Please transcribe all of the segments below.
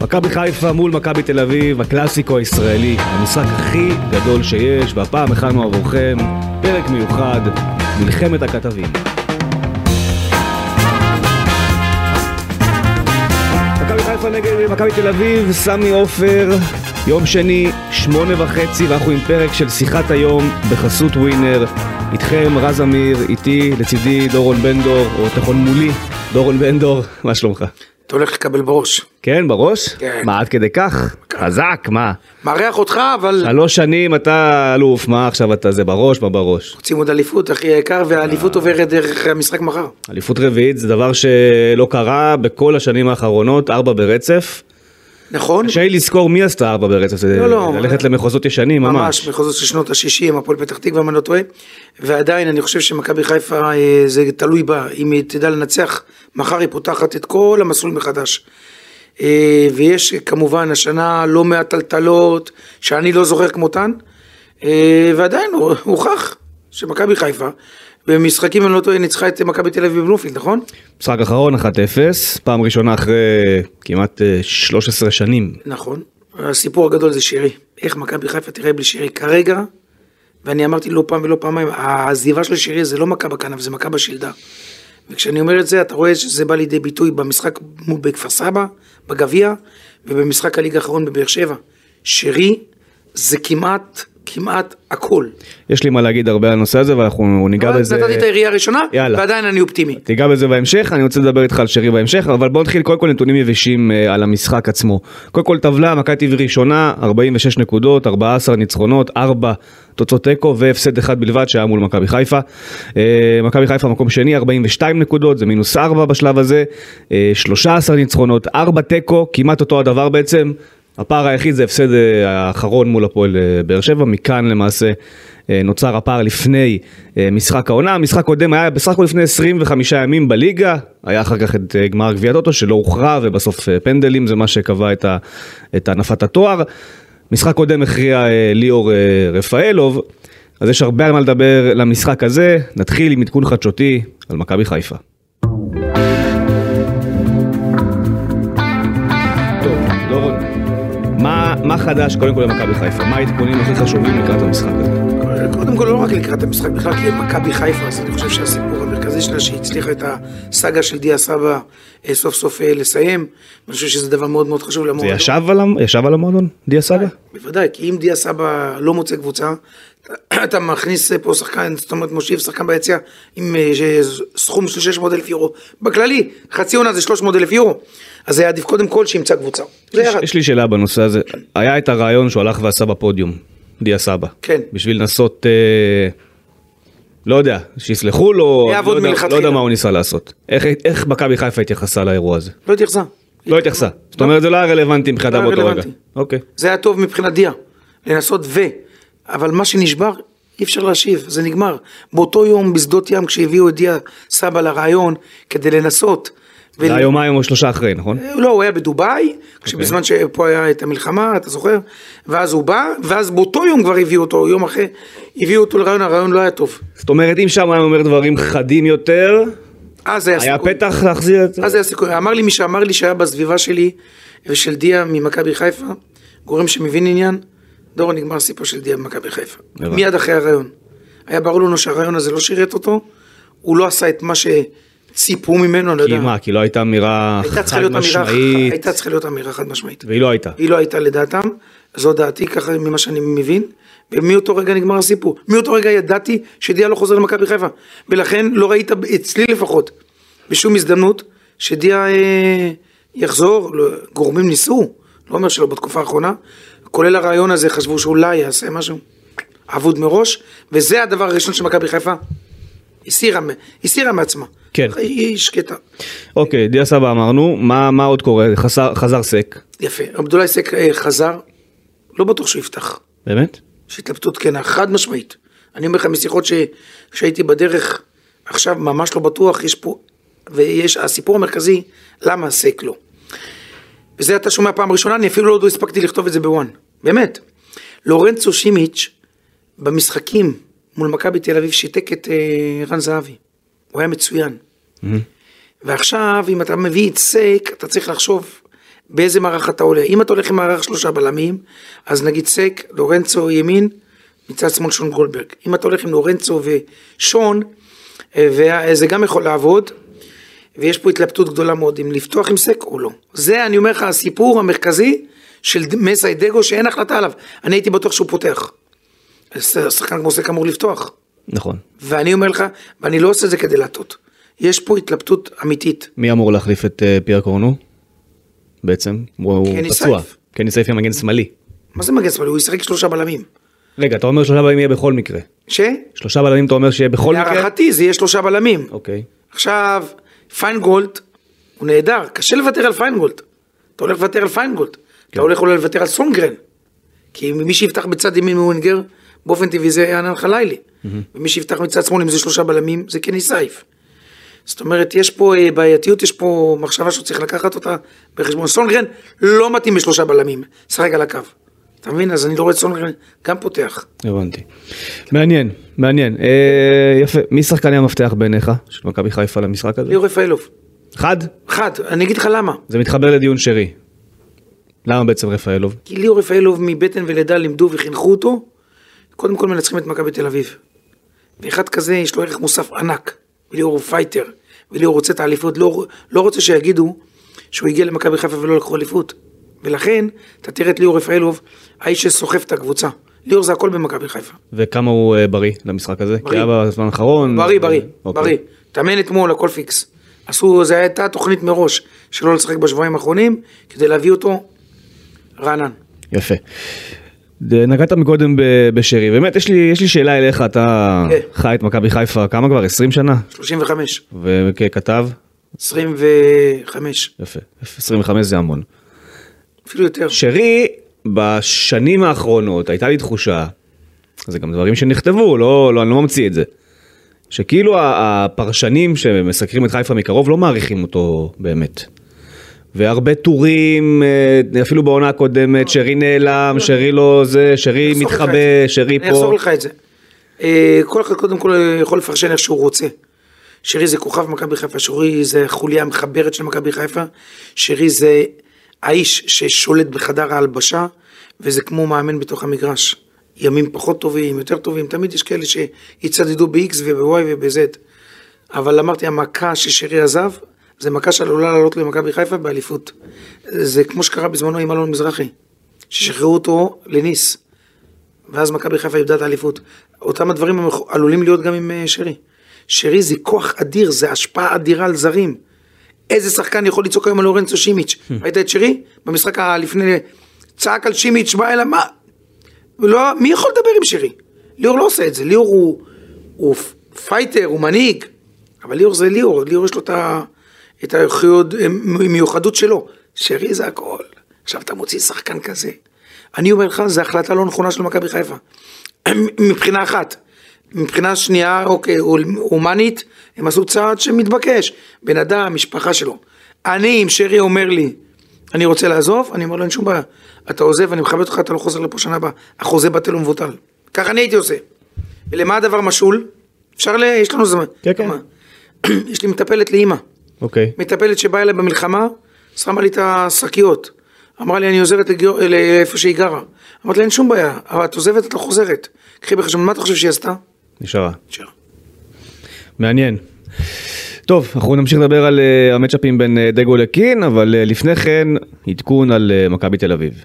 מכבי חיפה מול מכבי תל אביב, הקלאסיקו הישראלי, המשחק הכי גדול שיש, והפעם הכנו עבורכם פרק מיוחד, מלחמת הכתבים. מכבי חיפה נגד מכבי תל אביב, סמי עופר, יום שני, 8:30, ואנחנו עם פרק של שיחת היום בחסות ווינר. איתכם רז אמיר, איתי לצידי דורון בנדור, או תכון מולי, דורון בנדור, מה שלומך? אתה הולך לקבל בראש. כן, בראש? כן. מה, עד כדי כך? חזק, מה? מעריך אותך, אבל... 3 שנים אתה אלוף, מה עכשיו אתה זה בראש, מה בראש? רוצים עוד אליפות, הכי יקר, והאליפות עוברת דרך המשחק מחר. אליפות רביעית זה דבר שלא קרה בכל השנים האחרונות, 4 ברצף. נכון? קשה לי לזכור מי עשתה 4 ברצף, זה ללכת למחוזות ישנים ממש. ממש, מחוזות של שנות ה-60, הפועל פתח תקווה, אם אני לא טועה. ועדיין אני חושב שמכבי חיפה זה תלוי בה, אם היא תדע לנצח, מחר היא פותחת את כל המסלול מחדש. ויש כמובן השנה לא מעט טלטלות שאני לא זוכר כמותן, ועדיין הוא הוכח שמכבי חיפה במשחקים אני לא טועה ניצחה את מכבי תל אביב בבלומפילד, נכון? משחק אחרון 1-0, פעם ראשונה אחרי כמעט 13 שנים. נכון, הסיפור הגדול זה שירי, איך מכבי חיפה תראה בלי שירי כרגע, ואני אמרתי לא פעם ולא פעמיים, העזיבה של שירי זה לא מכה בכנף, זה מכה בשלדה. וכשאני אומר את זה, אתה רואה שזה בא לידי ביטוי במשחק בכפר סבא, בגביע, ובמשחק הליגה האחרון בבאר שבע. שירי זה כמעט הכל. יש לי מה להגיד הרבה על הנושא הזה, ואנחנו ניגע בזה... נתתי את העירייה הראשונה, ועדיין אני אופטימי. תיגע בזה בהמשך, אני רוצה לדבר איתך על שירי בהמשך, אבל בוא נתחיל קודם כל נתונים יבשים על המשחק עצמו. קודם כל טבלה, מכבי תל אביב ראשונה, 46 נקודות, 14 ניצחונות, 4 תוצאות תיקו, והפסד אחד בלבד שהיה מול מכבי חיפה. מכבי חיפה מקום שני, 42 נקודות, זה מינוס 4 בשלב הזה, 13 ניצחונות, 4 תיקו, כמעט אותו הדבר בעצם. הפער היחיד זה הפסד האחרון מול הפועל באר שבע, מכאן למעשה נוצר הפער לפני משחק העונה. המשחק קודם היה בסך הכל לפני 25 ימים בליגה, היה אחר כך את גמר גביע הטוטו שלא הוכרע, ובסוף פנדלים זה מה שקבע את הנפת התואר. משחק קודם הכריע ליאור רפאלוב, אז יש הרבה על מה לדבר למשחק הזה. נתחיל עם עדכון חדשותי על מכבי חיפה. מה חדש קודם כל למכבי חיפה? מה העדכונים הכי חשובים לקראת המשחק הזה? קודם כל לא רק לקראת המשחק, בכלל כי מכבי חיפה, אז אני חושב שהסיפור המרכזי שלה שהצליחה את הסאגה של דיה סבא סוף סוף לסיים, אני חושב שזה דבר מאוד מאוד חשוב למועדון. זה ישב על המועדון, דיה סבא? בוודאי, כי אם דיה סבא לא מוצא קבוצה, אתה מכניס פה שחקן, זאת אומרת מושיב שחקן ביציאה עם סכום של 600,000 יורו, בכללי, חצי עונה זה 300,000 יורו, אז זה עדיף קודם כל שימצא קבוצה. יש לי שאלה בנושא הזה, היה את הרעיון שהוא הלך ועשה בפודיום, דיה סבא, כן. בשביל לנסות, לא יודע, שיסלחו לו, לא יודע מה הוא ניסה לעשות. איך מכבי חיפה התייחסה לאירוע הזה? לא התייחסה. זאת אומרת, זה לא היה רלוונטי מבחינת באותו רגע. אוקיי. זה היה טוב מבחינת דיה, לנסות אבל מה שנשבר, אי אפשר להשיב, זה נגמר. באותו יום בשדות ים, כשהביאו את דיה סבא לרעיון, כדי לנסות. זה היה 2 או 3 אחרי, נכון? לא, הוא היה בדוביי, כשבזמן שפה היה את המלחמה, אתה זוכר? ואז הוא בא, ואז באותו יום כבר הביאו אותו, יום אחרי, הביאו אותו לרעיון, הרעיון לא היה טוב. זאת אומרת, אם שם היה אומר דברים חדים יותר, היה פתח להחזיר את זה? אז היה סיכוי. אמר לי מי שאמר לי שהיה בסביבה שלי, ושל דיה ממכבי חיפה, גורם שמבין עניין, דורון נגמר סיפור של דיה במכבי חיפה. מיד אחרי הרעיון. היה ברור לנו שהרעיון הזה לא שירת אותו, הוא לא עשה את מה שציפו ממנו, אני לא יודע. כי מה? כי לא הייתה אמירה חד משמעית. הייתה צריכה להיות אמירה חד משמעית. והיא לא הייתה. היא לא הייתה לדעתם, זו דעתי ככה ממה שאני מבין, ומאותו רגע נגמר הסיפור. מאותו רגע ידעתי שדיה לא חוזר למכבי חיפה, ולכן לא ראית אצלי לפחות, בשום הזדמנות, שדיה יחזור, גורמים ניסו, לא אומר שלא בתקופה האחרונה, כולל הרעיון הזה חשבו שאולי יעשה משהו עבוד מראש, וזה הדבר הראשון שמכבי חיפה הסירה מעצמה. כן. היא שקטה. אוקיי, דיה סבא אמרנו, מה עוד קורה? חזר סק. יפה, עבדולאי סק חזר, לא בטוח שהוא יפתח. באמת? שהתלבטות כן, חד משמעית. אני אומר לך משיחות שהייתי בדרך, עכשיו ממש לא בטוח, יש פה, ויש הסיפור המרכזי, למה סק לא. וזה אתה שומע פעם ראשונה, אני אפילו לא הספקתי לכתוב את זה בוואן. באמת. לורנצו שימיץ' במשחקים מול מכבי תל אביב שיתק את רן זהבי. הוא היה מצוין. ועכשיו, אם אתה מביא את סק, אתה צריך לחשוב באיזה מערך אתה עולה. אם אתה הולך עם מערך 3 בלמים, אז נגיד סק, לורנצו ימין, מצד שמאל שון גולדברג. אם אתה הולך עם לורנצו ושון, וזה גם יכול לעבוד, ויש פה התלבטות גדולה מאוד, אם לפתוח עם סק או לא. זה, אני אומר לך, הסיפור המרכזי של מסיידגו, שאין החלטה עליו. אני הייתי בטוח שהוא פותח. השחקן כמו סק אמור לפתוח. נכון. ואני אומר לך, ואני לא עושה את זה כדי להטות. יש פה התלבטות אמיתית. מי אמור להחליף את פייר קורנו? בעצם? הוא פצוע. קני סייף יהיה מגן שמאלי. מה זה מגן שמאלי? הוא ישחק 3 בלמים. רגע, אתה אומר 3 בלמים יהיה בכל מקרה. 3 בלמים אתה אומר שיהיה בכל מקרה? להערכתי זה יהיה 3 בלמים. אוקיי. עכשיו, פיינגולד הוא נהדר, קשה לוותר על פיינגולד. אתה הולך לוותר על פיינגולד. אתה הולך אולי לוותר על סונגרן. כי מי שיפתח בצד ימין מווינגר, באופן טבעי זה יענן חלילי. ומי שיפתח מצד שמאל, אם זה 3 בלמים, זה קני סייף. זאת אומרת, יש פה בעייתיות, יש פה מחשבה שצריך לקחת אותה בחשבון. סונגרן לא מתאים ב3 בלמים, שחק על הקו. אתה מבין? אז אני לא רואה את סונגרן גם פותח. הבנתי. מעניין, מעניין. יפה. מי שחקני המפתח בעיניך של מכבי חיפה למשחק הזה? ליאור רפאלוב. חד? חד, אני אגיד לך למה. זה מתחבר לדיון שרי. למה בעצם רפאלוב? כי ליאור רפאלוב מבטן ולידה לימדו וחינכו אותו, קודם כל מנצחים את מכבי תל אביב. ואחד כזה יש לו ערך מוסף ענק. וליאור הוא פייטר, וליאור רוצה את האליפות, לא רוצה שיגידו שהוא הגיע למכבי חיפה ולא לקחו אליפות. ולכן, אתה תראה את ליאור רפאלוב, האיש שסוחף את הקבוצה. ליאור זה הכל במכבי חיפה. וכמה הוא בריא למשחק הזה? בריא. כי היה בזמן האחרון. בריא. תאמן אתמול, הכל פיקס. זה הייתה תוכנית מראש, שלא לשחק בשבועיים האחרונים, כדי להביא אותו רענן. יפה. נגעת מקודם בשרי, באמת יש לי שאלה אליך, אתה חי את מכבי חיפה, כמה כבר? 20 שנה? 35. וככתב? 25. יפה, 25 זה המון. אפילו יותר. שרי, בשנים האחרונות, הייתה לי תחושה, זה גם דברים שנכתבו, אני לא ממציא את זה, שכאילו הפרשנים שמסקרים את חיפה מקרוב לא מעריכים אותו באמת. והרבה טורים, אפילו בעונה הקודמת, שרי נעלם, שרי לא זה, שרי מתחבא, שרי פה. אני אחזור לך את זה. כל אחד קודם כל יכול לפרשן איך שהוא רוצה. שרי זה כוכב מכבי חיפה, שרי זה חוליה המחברת של מכבי חיפה, שרי זה האיש ששולט בחדר ההלבשה, וזה כמו מאמן בתוך המגרש. ימים פחות טובים, יותר טובים, תמיד יש כאלה שיצדדו ב-X וב-Y וב-Z. אבל אמרתי, המכה ששרי עזב, זה מכה שעלולה לעלות למכבי חיפה באליפות. זה כמו שקרה בזמנו עם אלון מזרחי, ששחררו אותו לניס, ואז מכבי חיפה איבדה את האליפות. אותם הדברים עלולים להיות גם עם שרי. שרי זה כוח אדיר, זה השפעה אדירה על זרים. איזה שחקן יכול לצעוק היום על לורנצו שימיץ'? ראית את שרי? במשחק לפני צעק על שימיץ', בא אליו, מה? מי יכול לדבר עם שרי? ליאור לא עושה את זה, ליאור הוא פייטר, הוא מנהיג, אבל ליאור זה ליאור, ליאור יש לו את המיוחדות שלו. שרי זה הכל. עכשיו אתה מוציא שחקן כזה. אני אומר לך, זו החלטה לא נכונה של מכבי חיפה. מבחינה אחת. מבחינה שנייה, אוקיי, אומנית, הם עשו צעד שמתבקש. בן אדם, משפחה שלו. אם שרי אומר לי, אני רוצה לעזוב, אני אומר לו, אין שום בעיה. אתה עוזב, אני מכבד אותך, אתה לא חוזר לפה שנה הבאה. החוזה בטל ומבוטל. ככה אני הייתי עושה. ולמה הדבר משול? יש לנו זמן. כן. יש לי מטפלת לאמא. אוקיי. מטפלת שבאה אליי במלחמה, שמה לי את השקיות. אמרה לי, אני עוזרת לאיפה שהיא גרה. אמרת לי, אין שום בעיה, אבל את עוזבת, את לא חוזרת. קחי בחשבון, מה אתה חושב שהיא עשתה? נשארה. מעניין. טוב, אנחנו נמשיך לדבר על המצ'אפים בין דגו לקין, אבל לפני כן, עדכון על מכבי תל אביב.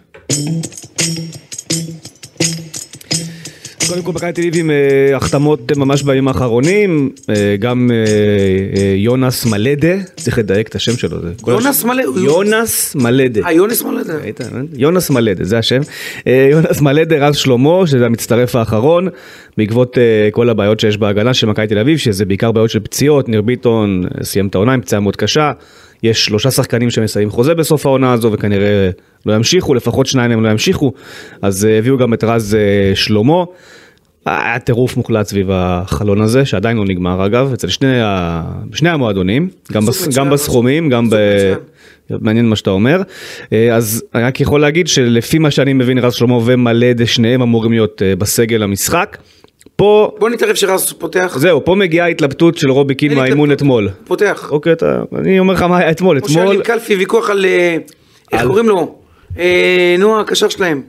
קודם כל מכבי תל אביב עם החתמות ממש בימים האחרונים, גם יונס מלדה, צריך לדייק את השם שלו. יונס מלדה. יונס מלדה. יונס מלדה. יונס מלדה, זה השם. יונס מלדה, רז שלמה, שזה המצטרף האחרון, בעקבות כל הבעיות שיש בהגנה של מכבי תל אביב, שזה בעיקר בעיות של פציעות, ניר ביטון סיים את העונה עם פציעה מאוד קשה, יש 3 שחקנים שמסיים חוזה בסוף העונה הזו, וכנראה לא ימשיכו, לפחות 2 הם לא ימשיכו, אז הביאו גם את רז שלמה, היה טירוף מוחלט סביב החלון הזה, שעדיין לא נגמר אגב, אצל שני המועדונים, גם בסכומים, גם מעניין מה שאתה אומר, אז אני רק יכול להגיד שלפי מה שאני מבין, רז שלמה ומלדה, שניהם אמורים להיות בסגל המשחק, פה... בוא נתערב שרז פותח. זהו, פה מגיעה התלבטות של רובי קין מהאימון אתמול. פותח. אוקיי, אני אומר לך מה היה אתמול. כמו שהיה לי קלפי ויכוח על איך קוראים לו? נו, הקשר שלהם.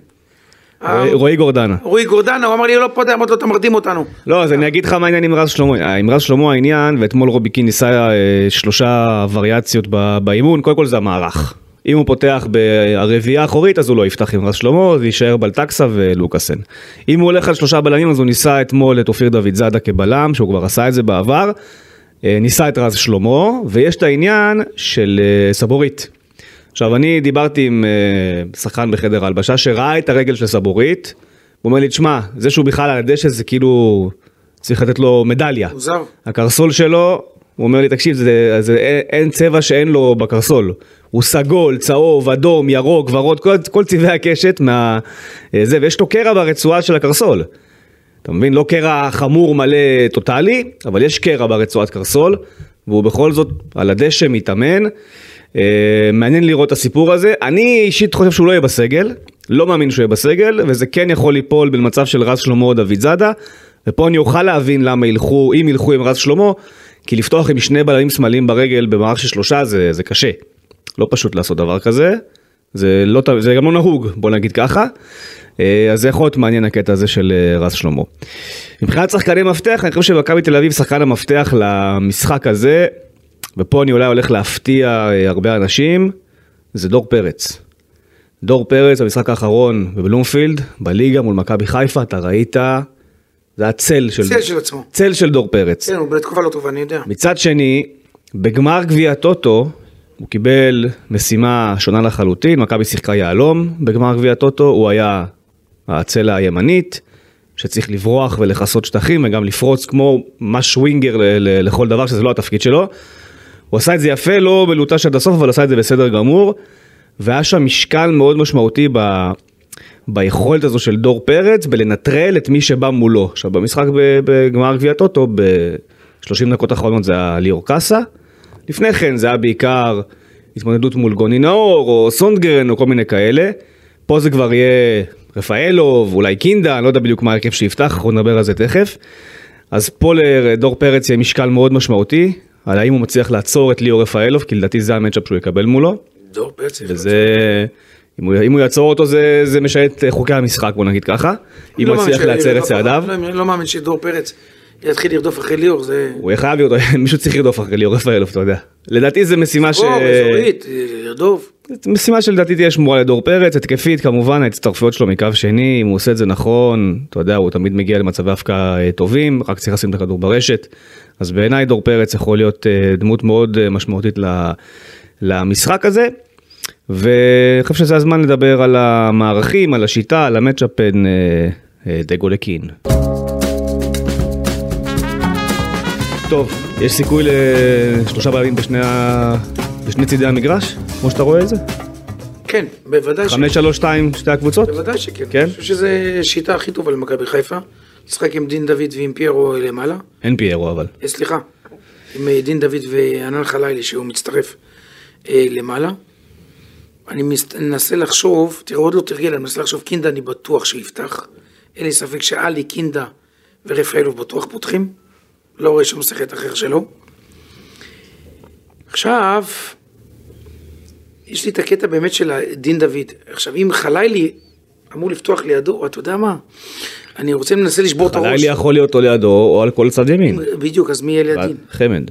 רועי גורדנה. רועי גורדנה, הוא אמר לי, לא פה, אמרת לו, אתה מרדים אותנו. לא, אז אני אגיד לך מה העניין עם רז שלמה. עם רז שלמה העניין, ואתמול רובי קין ניסה 3 וריאציות באימון, קודם כל זה המערך. אם הוא פותח ברביעייה האחורית, אז הוא לא יפתח עם רז שלמה, זה יישאר בלטקסה ולוקאסן. אם הוא הולך על 3 בלמים, אז הוא ניסה אתמול את אופיר דוד זאדה כבלם, שהוא כבר עשה את זה בעבר, ניסה את רז שלמה, ויש את העניין של סבורית. עכשיו, אני דיברתי עם שחקן בחדר ההלבשה, שראה את הרגל של סבורית, הוא אומר לי, תשמע, זה שהוא בכלל על הדשא, זה כאילו, צריך לתת לו מדליה. מוזר. הקרסול שלו, הוא אומר לי, תקשיב, אין צבע שאין לו בקרסול. הוא סגול, צהוב, אדום, ירוק, ורוד, כל צבעי הקשת ויש לו קרע ברצועה של הקרסול. אתה מבין? לא קרע חמור מלא טוטלי, אבל יש קרע ברצועת קרסול, והוא בכל זאת על הדשא מתאמן. מעניין לראות את הסיפור הזה. אני אישית חושב שהוא לא יהיה בסגל, לא מאמין שהוא יהיה בסגל, וזה כן יכול ליפול במצב של רז שלמה או דוד זאדה, ופה אני אוכל להבין למה ילכו, אם ילכו עם רז שלמה, כי לפתוח עם 2 בלמים שמאליים ברגל במערך של 3 זה קשה. לא פשוט לעשות דבר כזה, זה גם לא נהוג, בוא נגיד ככה. אז זה יכול להיות מעניין הקטע הזה של רז שלמה. מבחינת שחקני מפתח, אני חושב שמכבי תל אביב שחקן המפתח למשחק הזה, ופה אני אולי הולך להפתיע הרבה אנשים, זה דור פרץ. דור פרץ, המשחק האחרון בבלומפילד, בליגה מול מכבי חיפה, אתה ראית, זה הצל של עצמו. צל של דור פרץ. כן, הוא בתקופה לא טובה, אני יודע. מצד שני, בגמר גביע טוטו, הוא קיבל משימה שונה לחלוטין, מכבי שיחקה יהלום, בגמר גביע טוטו הוא היה הצלע הימנית, שצריך לברוח ולחסות שטחים, וגם לפרוץ כמו מש ווינגר לכל דבר, שזה לא התפקיד שלו. הוא עשה את זה יפה, לא בלוטש עד הסוף, אבל עשה את זה בסדר גמור, והיה שם משקל מאוד משמעותי ביכולת הזו של דור פרץ, בלנטרל את מי שבא מולו. עכשיו, במשחק בגמר גביע טוטו, ב-30 דקות האחרונות זה היה ליאור קאסה, לפני כן זה היה בעיקר התמודדות מול גוני נאור, או סונדגרן, או כל מיני כאלה. פה זה כבר יהיה רפאלוב, אולי קינדה, אני לא יודע בדיוק מה הרכב שיפתח, אנחנו נדבר על זה תכף. אז פה לדור פרץ יהיה משקל מאוד משמעותי, על האם הוא מצליח לעצור את ליאור רפאלוב, כי לדעתי זה המצ'אפ שהוא יקבל מולו. דור פרץ. וזה, אם הוא יעצור אותו, זה משנה את חוקי המשחק, בוא נגיד ככה. אם הוא יצליח לעצר את צעדיו. אני לא מאמין שדור פרץ יתחיל לרדוף אחרי ליאור, זה... הוא יחייב אותו, מישהו צריך לרדוף אחרי ליאור רפאלוב, אתה יודע. לדעתי זה משימה אזורית, לרדוף. משימה שלדעתי תהיה שמורה לדור פרץ, התקפית כמובן, ההצטרפויות שלו מקו שני, אם הוא עושה את זה נכון, אתה יודע, הוא תמיד מגיע למצבי הפקעה טובים, רק צריך לשים את הכדור ברשת, אז בעיניי דור פרץ יכול להיות דמות מאוד משמעותית למשחק הזה, ואני חושב שזה הזמן לדבר על המערכים, על השיטה, על המצ'אפ בין דגו לקין. טוב, יש סיכוי ל3 בלמים בשני צידי המגרש, כמו שאתה רואה את זה? כן, בוודאי 5-3-2, שתי הקבוצות? בוודאי שכן. כן? אני חושב שזו שיטה הכי טובה למכבי חיפה. לשחק עם דין דוד ועם פיירו למעלה. אין פיירו אבל. סליחה. עם דין דוד וענן חלילי שהוא מצטרף למעלה. אני מנסה לחשוב, תראה עוד לא תרגל, אני מנסה לחשוב, קינדה אני בטוח שיפתח. אין לי ספק שאלי, קינדה ורפאלוב בטוח פותחים. לא רואה שום שחקן אחר שלו. עכשיו, יש לי את הקטע באמת של דין דוד. עכשיו, אם חלילי אמור לפתוח לידו, אתה יודע מה? אני רוצה לנסה לשבור את הראש. חלילי יכול להיות או לידו או על כל צד ימין. בדיוק, אז מי יהיה לידין? חמד.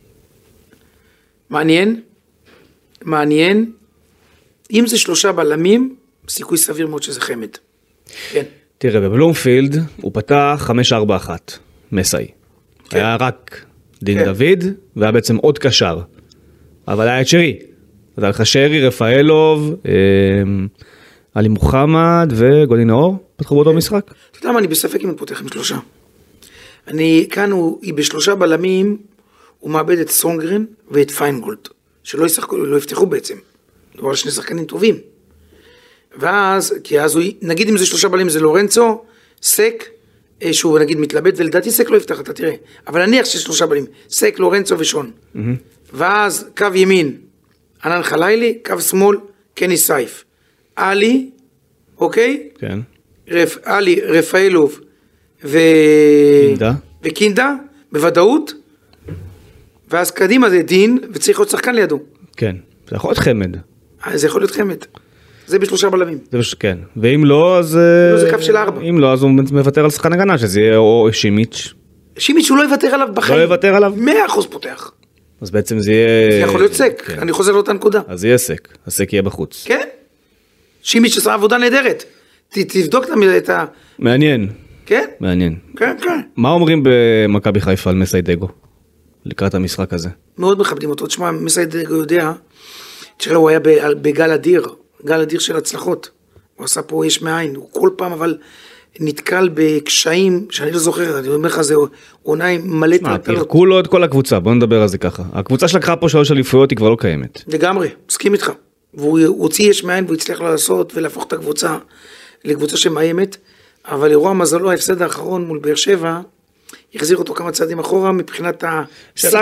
מעניין. אם זה 3 בלמים, סיכוי סביר מאוד שזה חמד. כן. תראה, בבלומפילד הוא פתח 5-4-1, מסאי. כן. היה רק דין דוד, והיה בעצם עוד קשר. אבל היה את שרי. אז היה לך שרי, רפאלוב, עלי מוחמד וגוני נאור, פתחו באותו משחק. אתה יודע מה, אני בספק אם הוא פותח עם 3. כאן היא ב3 בלמים, הוא מאבד את סונגרן ואת פיינגולד, שלא ישחקו, לא יפתחו בעצם. דבר 2 שחקנים טובים. ואז, כי אז הוא, נגיד אם זה 3 בלמים, זה לורנצו, סק, שהוא נגיד מתלבט, ולדעתי סק לא יפתח, אתה תראה. אבל נניח שיש 3 בלמים, סק, לורנצו ושון. ואז קו ימין, ענן חלילי, קו שמאל, קני סייף. אלי, אוקיי? כן. אלי, רפאלוב וקינדה, בוודאות. ואז קדימה זה דין, וצריך עוד שחקן לידו. כן, זה יכול להיות חמד. זה יכול להיות חמד. זה בשלושה בלמים. כן, ואם לא, אז... זה קו של 4. אם לא, אז הוא מוותר על שחקן הגנה, שזה יהיה או שימיץ'. שימיץ' הוא לא יוותר עליו בחיים. לא יוותר עליו? 100% פותח. אז בעצם זה יהיה... זה יכול להיות סק, כן. אני חוזר לאותה נקודה. אז זה יהיה סק, הסק יהיה בחוץ. כן. שימיץ' עשה עבודה נהדרת. תבדוק את ה... מעניין. כן? מעניין. כן, כן. מה אומרים במכבי חיפה על מסיידגו? לקראת המשחק הזה. מאוד מכבדים אותו. תשמע, מסיידגו יודע, תראה, הוא היה בגל אדיר, גל אדיר של הצלחות. הוא עשה פה יש מאין, הוא כל פעם אבל נתקל בקשיים שאני לא זוכר, אני אומר לך, זה עונה מלא טלטלות. תרקו לו את כל הקבוצה, בוא נדבר על זה ככה. הקבוצה שלקחה פה 3 אליפויות היא כבר לא קיימת. לגמרי, מסכים איתך. והוא הוציא יש מאין והוא הצליח לעשות ולהפוך את הקבוצה לקבוצה שמאיימת, אבל אירוע מזלו, ההפסד האחרון מול באר שבע, יחזיר אותו כמה צעדים אחורה מבחינת שאלה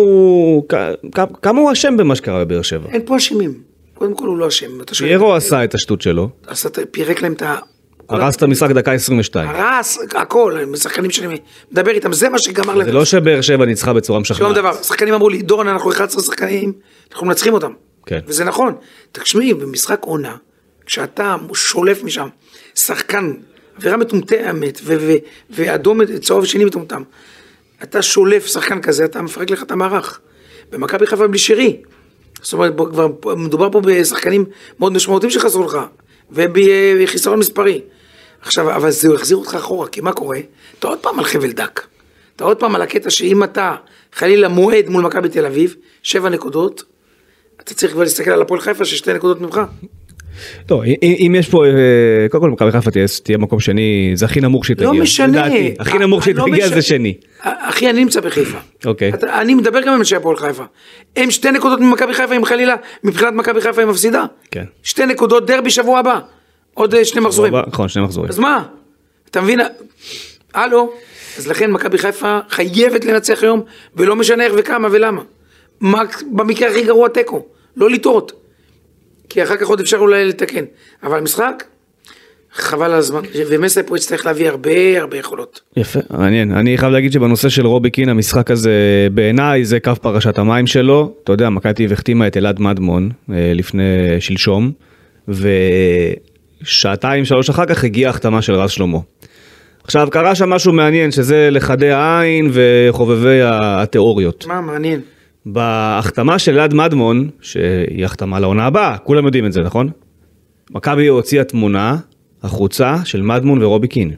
כמה הוא אשם במה שקרה בבאר שבע. אין פה אשמים. קודם כל הוא לא אשם. פיירו עשה את השטות שלו. פירק להם את ה... הרס את המשחק דקה 22. הרס, הכל, משחקנים שאני מדבר איתם, זה מה שגמר להם. זה לא שבאר שבע ניצחה בצורה משכנעת. שום דבר, שחקנים אמרו לי, דורון, אנחנו 11 שחקנים, אנחנו מנצחים אותם. כן. וזה נכון. תשמעי, במשחק עונה, כשאתה שולף משם, שחקן, עבירה מטומטמת, ואדום צהוב שני מטומטם, אתה שולף שחקן כזה, אתה מפרק לך את המערך. במכבי חיפה בלי שרי. זאת אומרת, מדובר פה בשחקנים מאוד משמעותיים שחזרו לך, ובחיסרון מספרי. עכשיו, אבל זה יחזיר אותך אחורה, כי מה קורה? אתה עוד פעם על חבל דק. אתה עוד פעם על הקטע שאם אתה חלילה מועד מול מכבי תל אביב, 7 נקודות, אתה צריך כבר להסתכל על הפועל חיפה ש2 נקודות ממך. טוב, אם יש פה, קודם כל מכבי חיפה תהיה מקום שני, זה הכי נמוך שתגיע. לא משנה. הכי נמוך שתגיע זה שני. אחי, אני נמצא בחיפה. אוקיי. אני מדבר גם עם אנשי הפועל חיפה. הם 2 נקודות ממכבי חיפה, אם חלילה, מבחינת מכבי חיפה הם מפסידה. כן. 2 נקודות, דרבי שבוע הבא. עוד 2 מחזורים. נכון, 2 מחזורים. אז מה? אתה מבין? הלו? אז לכן מכבי חיפה חייבת לנצח היום, ולא משנה איך וכמה ולמה. במקרה הכי גרוע תיקו. לא לטעות. כי אחר כך עוד אפשר אולי לתקן. אבל משחק, חבל על הזמן. ומסי פה יצטרך להביא הרבה יכולות. יפה, מעניין. אני חייב להגיד שבנושא של רובי קין, המשחק הזה בעיניי זה קו פרשת המים שלו. אתה יודע, מכבי תל אביב החתימה את אלעד מדמון לפני שלשום, ושעתיים, 3 אחר כך הגיעה החתמה של רז שלמה. עכשיו, קרה שם משהו מעניין, שזה לחדי העין וחובבי התיאוריות. מה מעניין? בהחתמה של אלעד מדמון, שהיא החתמה לעונה הבאה, כולם יודעים את זה, נכון? מכבי הוציאה תמונה, החוצה של מדמון ורובי קין.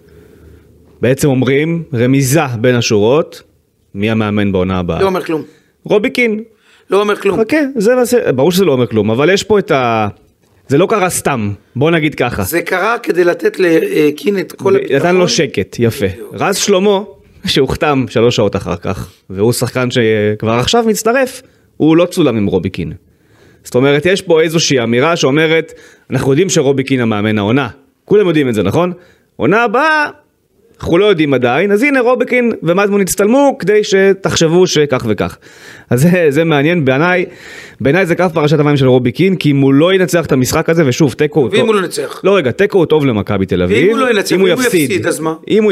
בעצם אומרים, רמיזה בין השורות, מי המאמן בעונה הבאה? לא אומר כלום. רובי קין. לא אומר כלום. חכה, ברור שזה לא אומר כלום, אבל יש פה את ה... זה לא קרה סתם, בוא נגיד ככה. זה קרה כדי לתת לקין את כל הביטחון. נתן לו שקט, יפה. רז שלמה, שהוחתם 3 שעות אחר כך, והוא שחקן שכבר עכשיו מצטרף, הוא לא צולם עם רובי קין. זאת אומרת, יש פה איזושהי אמירה שאומרת, אנחנו יודעים שרובי קין המאמן העונה, כולם יודעים את זה, נכון? עונה הבאה, אנחנו לא יודעים עדיין, אז הנה רובי קין ומדמון הצטלמו, כדי שתחשבו שכך וכך. אז זה מעניין, בעיניי זה קו פרשת המים של רובי קין, כי אם הוא לא ינצח את המשחק הזה, ושוב, תיקו הוא טוב. ואם הוא לא ינצח? לא רגע, תיקו הוא טוב למכבי תל אביב. ואם הוא לא ינצח, אם הוא יפסיד, אז מה? אם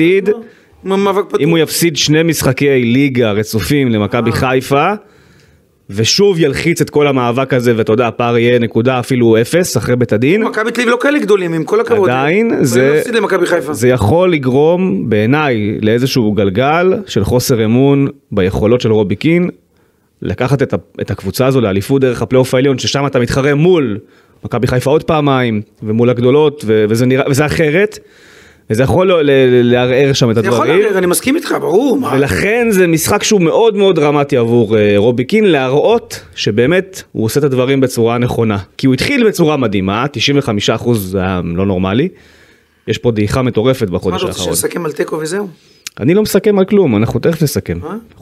הוא יפסיד 2 משחקי ליגה רצופים למכבי חיפה, ושוב ילחיץ את כל המאבק הזה, ואתה יודע, הפער יהיה נקודה אפילו 0 אחרי בית הדין. מכבי תל אביב לא כאלה גדולים, עם כל הכבוד. עדיין זה יכול לגרום בעיניי לאיזשהו גלגל של חוסר אמון ביכולות של רובי קין, לקחת את הקבוצה הזו לאליפות דרך הפלייאוף העליון, ששם אתה מתחרה מול מכבי חיפה עוד פעמיים, ומול הגדולות, וזה אחרת. וזה יכול לערער שם את הדברים. זה יכול לערער, אני מסכים איתך, ברור. ולכן זה משחק שהוא מאוד מאוד דרמטי עבור רובי קין, להראות שבאמת הוא עושה את הדברים בצורה נכונה. כי הוא התחיל בצורה מדהימה, 95% זה היה לא נורמלי. יש פה דעיכה מטורפת בחודש האחרון. מה אתה רוצה שנסכם על תיקו וזהו? אני לא מסכם על כלום, אנחנו תכף נסכם.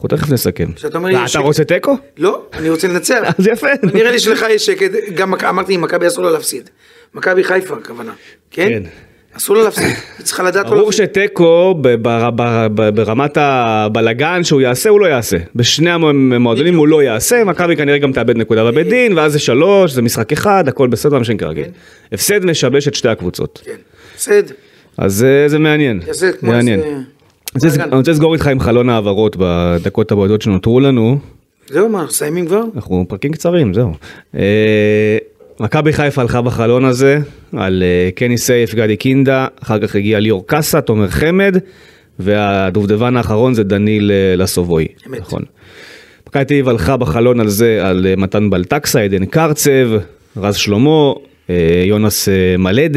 אתה רוצה תיקו? לא, אני רוצה לנצח. אז יפה. נראה לי שלך יש שקט, גם אמרתי, מכבי אסור לה להפסיד. מכבי חיפה, הכוונה. כן? אסור לה להפסיד, היא צריכה לדעת... ברור שטקו ברמת הבלגן שהוא יעשה, הוא לא יעשה. בשני המועדונים הוא לא יעשה, מכבי כנראה גם תאבד נקודה בבית דין, ואז זה 3, זה משחק 1, הכל בסדר, מה שכרגיל. הפסד משבש את 2 הקבוצות. כן, הפסד. אז זה מעניין. מעניין. אני רוצה לסגור איתך עם חלון העברות בדקות הבודדות שנותרו לנו. זהו מה, סיימים כבר? אנחנו פרקים קצרים, זהו. מכבי חיפה הלכה בחלון הזה, על קני סייף, גדי קינדה, אחר כך הגיע ליאור קאסה, תומר חמד, והדובדבן האחרון זה דניל לסובוי. אמת. נכון. מכבי תל אביב הלכה בחלון על זה, על מתן בלטקסה, עדן קרצב, רז שלמה, יונס מלדה,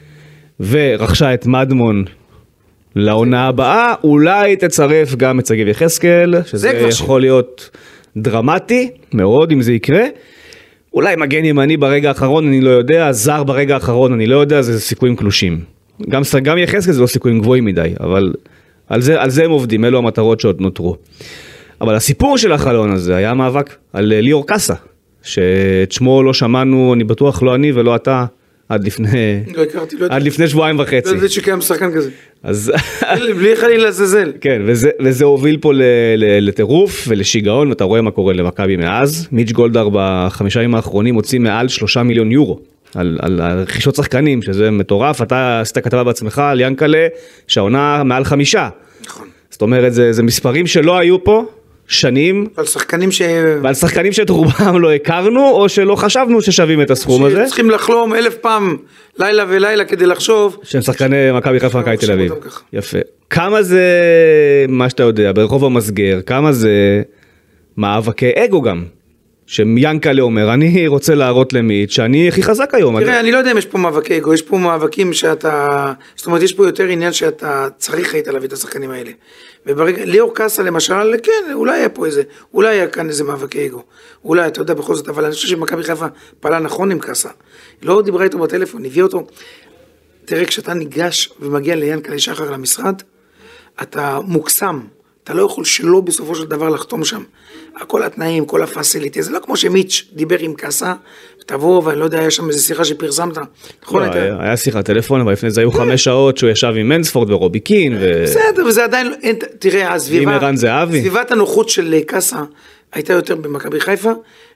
ורכשה את מדמון לעונה הבאה, אולי תצרף גם את שגיב יחזקאל, שזה יכול להיות דרמטי מאוד אם זה יקרה. אולי מגן ימני ברגע האחרון, אני לא יודע, זר ברגע האחרון, אני לא יודע, זה סיכויים קלושים. גם יחזקאל זה לא סיכויים גבוהים מדי, אבל על זה הם עובדים, אלו המטרות שעוד נותרו. אבל הסיפור של החלון הזה היה מאבק על ליאור קאסה, שאת שמו לא שמענו, אני בטוח לא אני ולא אתה, עד לפני שבועיים וחצי. לא יודעת שקיים שחקן כזה. אז... בלי חלילה לזלזל. כן, וזה הוביל פה לטירוף ולשיגעון, ואתה רואה מה קורה למכבי מאז. מיץ' גולדהר ב5 ימים האחרונים הוציא מעל 3 מיליון יורו על רכישות שחקנים, שזה מטורף. אתה עשית כתבה בעצמך על ינקלה, שהעונה מעל 5. נכון. זאת אומרת, זה מספרים שלא היו פה שנים. ועל שחקנים שאת רובם לא הכרנו, או שלא חשבנו ששווים את הסכום הזה. צריכים לחלום 1000 פעם, לילה ולילה, כדי לחשוב. שהם שחקני מכבי חיפה מכבי תל אביב. יפה. כמה זה, מה שאתה יודע, ברחוב המסגר, כמה זה מאבקי אגו גם. שיאנקלה אומר, אני רוצה להראות למיט שאני הכי חזק היום. תראה, אני לא יודע אם יש פה מאבקי אגו, יש פה מאבקים שאתה, זאת אומרת, יש פה יותר עניין שאתה צריך היית להביא את השחקנים האלה. וברגע, ליאור קאסה למשל, כן, אולי היה פה איזה, אולי היה כאן איזה מאבקי אגו. אולי, אתה יודע, בכל זאת, אבל אני חושב שמכבי חיפה פעלה נכון עם קאסה. לא דיברה איתו בטלפון, הביא אותו. תראה, כשאתה ניגש ומגיע ליאנקלה שחר למשרד, אתה מוקסם. אתה לא יכול שלא בסופו של דבר לחתום שם. כל התנאים, כל הפסיליטי, זה לא כמו שמיץ' דיבר עם קאסה, תבוא, ואני לא יודע, היה שם איזו שיחה שפרסמת. לא, היה שיחה טלפון, אבל לפני זה היו 5 שעות שהוא ישב עם מנספורד ורובי קין. בסדר, וזה עדיין, תראה, סביבת הנוחות של קאסה הייתה יותר במכבי חיפה.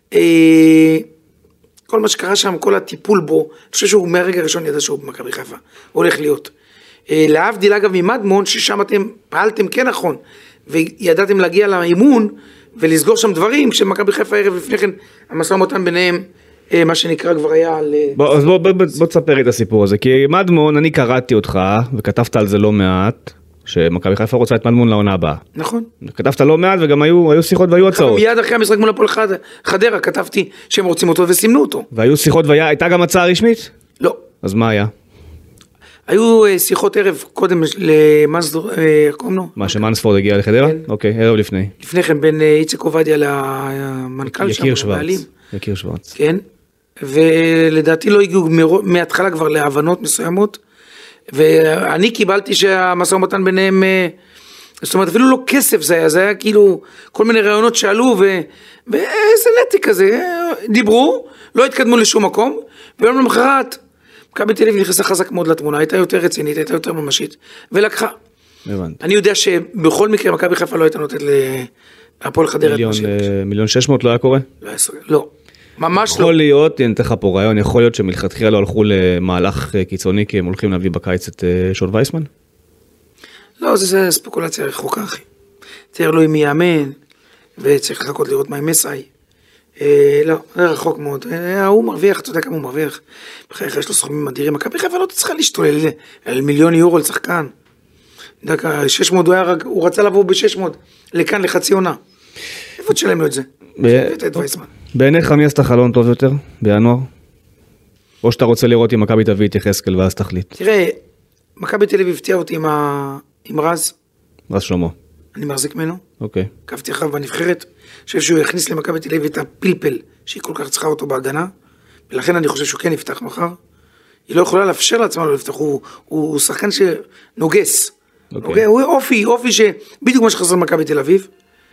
כל מה שקרה שם, כל הטיפול בו, אני חושב שהוא מהרגע הראשון ידע שהוא במכבי חיפה, הולך להיות. להבדיל אגב ממדמון, ששם אתם פעלתם כן נכון, וידעתם להגיע לאימון, ולסגור שם דברים, כשמכבי חיפה ערב לפני כן, המשא ומתן ביניהם, מה שנקרא כבר היה על... אז בוא תספר את הסיפור הזה, כי מדמון, אני קראתי אותך, וכתבת על זה לא מעט, שמכבי חיפה רוצה את מדמון לעונה הבאה. נכון. כתבת לא מעט, וגם היו שיחות והיו הצעות. מיד אחרי המשחק מול הפועל חדרה, כתבתי שהם רוצים אותו וסימנו אותו. והיו שיחות והייתה גם הצעה רשמית? לא. אז מה היה? היו שיחות ערב קודם למנספורד, קוראים מה, שמנספורד הגיע לחדרה? אוקיי, ערב לפני. לפני כן, בין איציק עובדיה למנכ"ל שם, יקיר שוורץ. כן, ולדעתי לא הגיעו מההתחלה כבר להבנות מסוימות, ואני קיבלתי שהמשא ומתן ביניהם, זאת אומרת, אפילו לא כסף זה היה כאילו כל מיני רעיונות שעלו, ואיזה נטי כזה, דיברו, לא התקדמו לשום מקום, ויום למחרת, מכבי תל אביב נכנסה חזק מאוד לתמונה, הייתה יותר רצינית, הייתה יותר ממשית, ולקחה. אני יודע שבכל מקרה מכבי חיפה לא הייתה נותנת להפועל חדרה. 1,600,000 לא היה קורה? לא, ממש לא. יכול להיות, אני אתן לך פה רעיון, יכול להיות שמלכתחילה לא הלכו למהלך קיצוני, כי הם הולכים להביא בקיץ את שון וייסמן? לא, זה ספקולציה רחוקה, אחי. תראה לו אם יאמן, וצריך לחכות לראות מה עם מסאי. לא, זה רחוק מאוד. הוא מרוויח, אתה יודע כמה הוא מרוויח. בחיי יש לו סכומים אדירים. מכבי חיפה לא צריכה להשתולל על 1,000,000 יורו לשחקן. 600 הוא רצה לבוא ב-600 לכאן לחצי עונה. איפה תשלם לו את זה? בעיניך מי עשתה חלון טוב יותר בינואר? או שאתה רוצה לראות אם מכבי תביא את יחזקאל ואז תחליט? תראה, מכבי תל אביב הפתיע אותי עם רז שלמה. אני מחזיק ממנו. אוקיי. קפתי אחריו בנבחרת. אני חושב שהוא יכניס למכבי תל אביב את הפלפל שהיא כל כך צריכה אותו בהגנה, ולכן אני חושב שהוא כן יפתח מחר. היא לא יכולה לאפשר לעצמה לא לפתח, הוא שחקן שנוגס. הוא אופי שבדיוק מה שחזר מכבי תל אביב.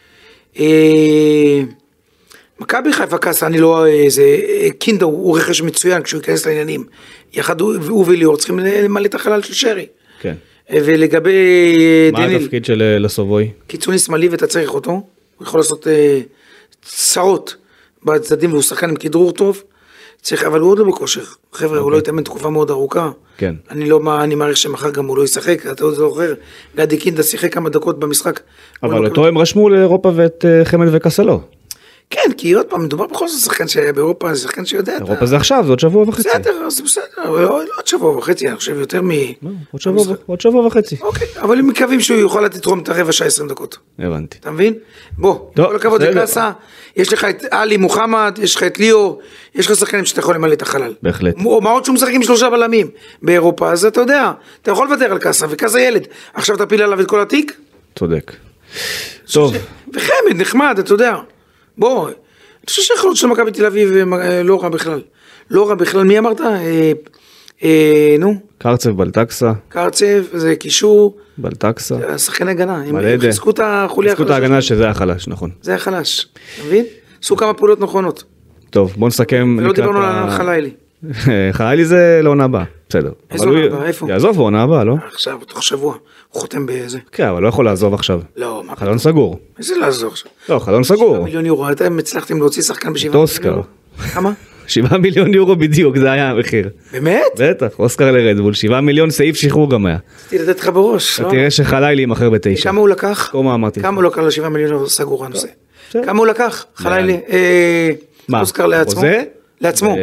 מכבי חיפה קאסה, אני לא, קינדה הוא רכש מצוין כשהוא ייכנס לעניינים. יחד הוא וליאור צריכים למלא את החלל של שרי. כן. ולגבי דניל. מה התפקיד של לסובוי? קיצוני שמאלי ואתה צריך אותו. הוא יכול לעשות צרות בצדדים והוא שחקן עם כדרור טוב. צריך, אבל הוא עוד לא בכושר. חבר'ה, הוא לא יתאמן תקופה מאוד ארוכה. כן. אני מעריך שמחר גם הוא לא ישחק. אתה עוד זוכר, גדי קינדה שיחק כמה דקות במשחק. אבל אותו הם רשמו לאירופה ואת חמד וקסלו. כן, כי עוד פעם, מדובר בכל זאת שחקן שהיה באירופה, זה שחקן שיודע. אירופה זה עכשיו, זה עוד שבוע וחצי. בסדר, זה בסדר, עוד שבוע וחצי, אני חושב יותר מ... עוד שבוע וחצי. אוקיי, אבל הם מקווים שהוא יוכל לתתרום את הרבע שעה 20 דקות. הבנתי. אתה מבין? בוא, כל הכבוד לקאסה, יש לך את אלי מוחמד, יש לך את ליאור, יש לך שחקנים שאתה יכול למלא את החלל. בהחלט. מה עוד שהוא משחק עם 3 בלמים באירופה, אז אתה יודע, אתה יכול לוותר על קאסה, וקאסה ילד, עכשיו תפיל עליו את כל התיק? צודק. טוב. וחמד, נחמד, אתה יודע. בוא, אני חושב שיכולות של מכבי תל אביב לא רע בכלל. לא רע בכלל, מי אמרת? נו. קרצב, בלטקסה. קרצב, זה קישור. בלטקסה. שחקן הגנה. מלדה. חזקו את החוליה החלשה. חזקו את ההגנה שזה החלש, נכון. זה החלש, אתה מבין? עשו כמה פעולות נכונות. טוב, בוא נסכם. לא דיברנו על חלילי. חלילי זה לעונה הבאה, בסדר. איזו עונה הבאה, איפה? יעזוב בעונה הבאה, לא? עכשיו, תוך שבוע. הוא חותם באיזה. כן, אבל לא יכול לעזוב עכשיו. לא, מה? חלון סגור. איזה לעזוב עכשיו? לא, חלון סגור. 7 מיליון יורו, אתם הצלחתם להוציא שחקן ב7 מיליון אוסקר. כמה? 7 מיליון יורו בדיוק, זה היה המחיר. באמת? בטח, אוסקר לרדבול, 7 מיליון סעיף שחרור גם היה. רציתי לתת לך בראש. אתה תראה שחלילי ימחר ב9. כמה הוא לקח? כמה אמרתי? כמה הוא לקח ל7 מיליון סגור הנושא? כמה הוא לקח? חלילי? אוסקר לעצמו? לעצמו.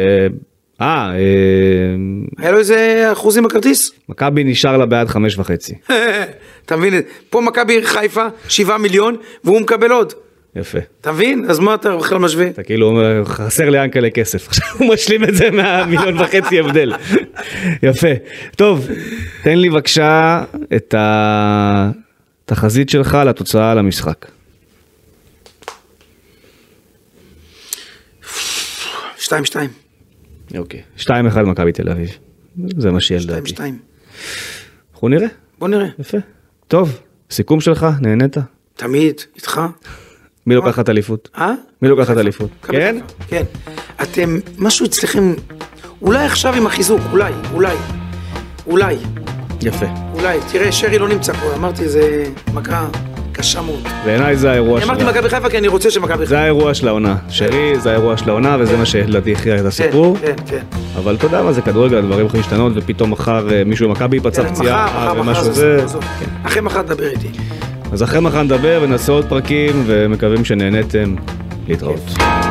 היה לו איזה אחוזים בכרטיס? מכבי נשאר לה בעד 5.5. אתה מבין? פה מכבי חיפה 7 מיליון והוא מקבל עוד. יפה. אתה מבין? אז מה אתה בכלל משווה? אתה כאילו חסר לאנקה לכסף, עכשיו הוא משלים את זה מה1.5 מיליון הבדל. יפה. טוב, תן לי בבקשה את התחזית שלך לתוצאה למשחק. 2-2. אוקיי, 2-1 מכבי תל אביב. זה מה שיהיה לדעתי. 2-2. אנחנו נראה. בוא נראה. יפה. טוב, סיכום שלך, נהנית? תמיד, איתך. מי לוקחת אליפות? מי לוקחת אליפות? כן? כן. אתם, משהו אצלכם, אולי עכשיו עם החיזוק, אולי. יפה. אולי, תראה, שרי לא נמצא פה, אמרתי, זה מכה קשה מאוד. בעיניי זה האירוע שלה. אמרתי מכבי חיפה כי אני רוצה שמכבי חיפה. זה האירוע של העונה. שרי זה האירוע של העונה, וזה מה שלדעתי הכריע את הסיפור. כן. אבל אתה יודע מה זה כדורגל, הדברים יכולים להשתנות, ופתאום מחר מישהו ממכבי ייפצע פציעה, ומשהו זה. אחרי מחר נדבר איתי. אז אחרי מחר נדבר ונעשה עוד פרקים, ומקווים שנהנתם להתראות.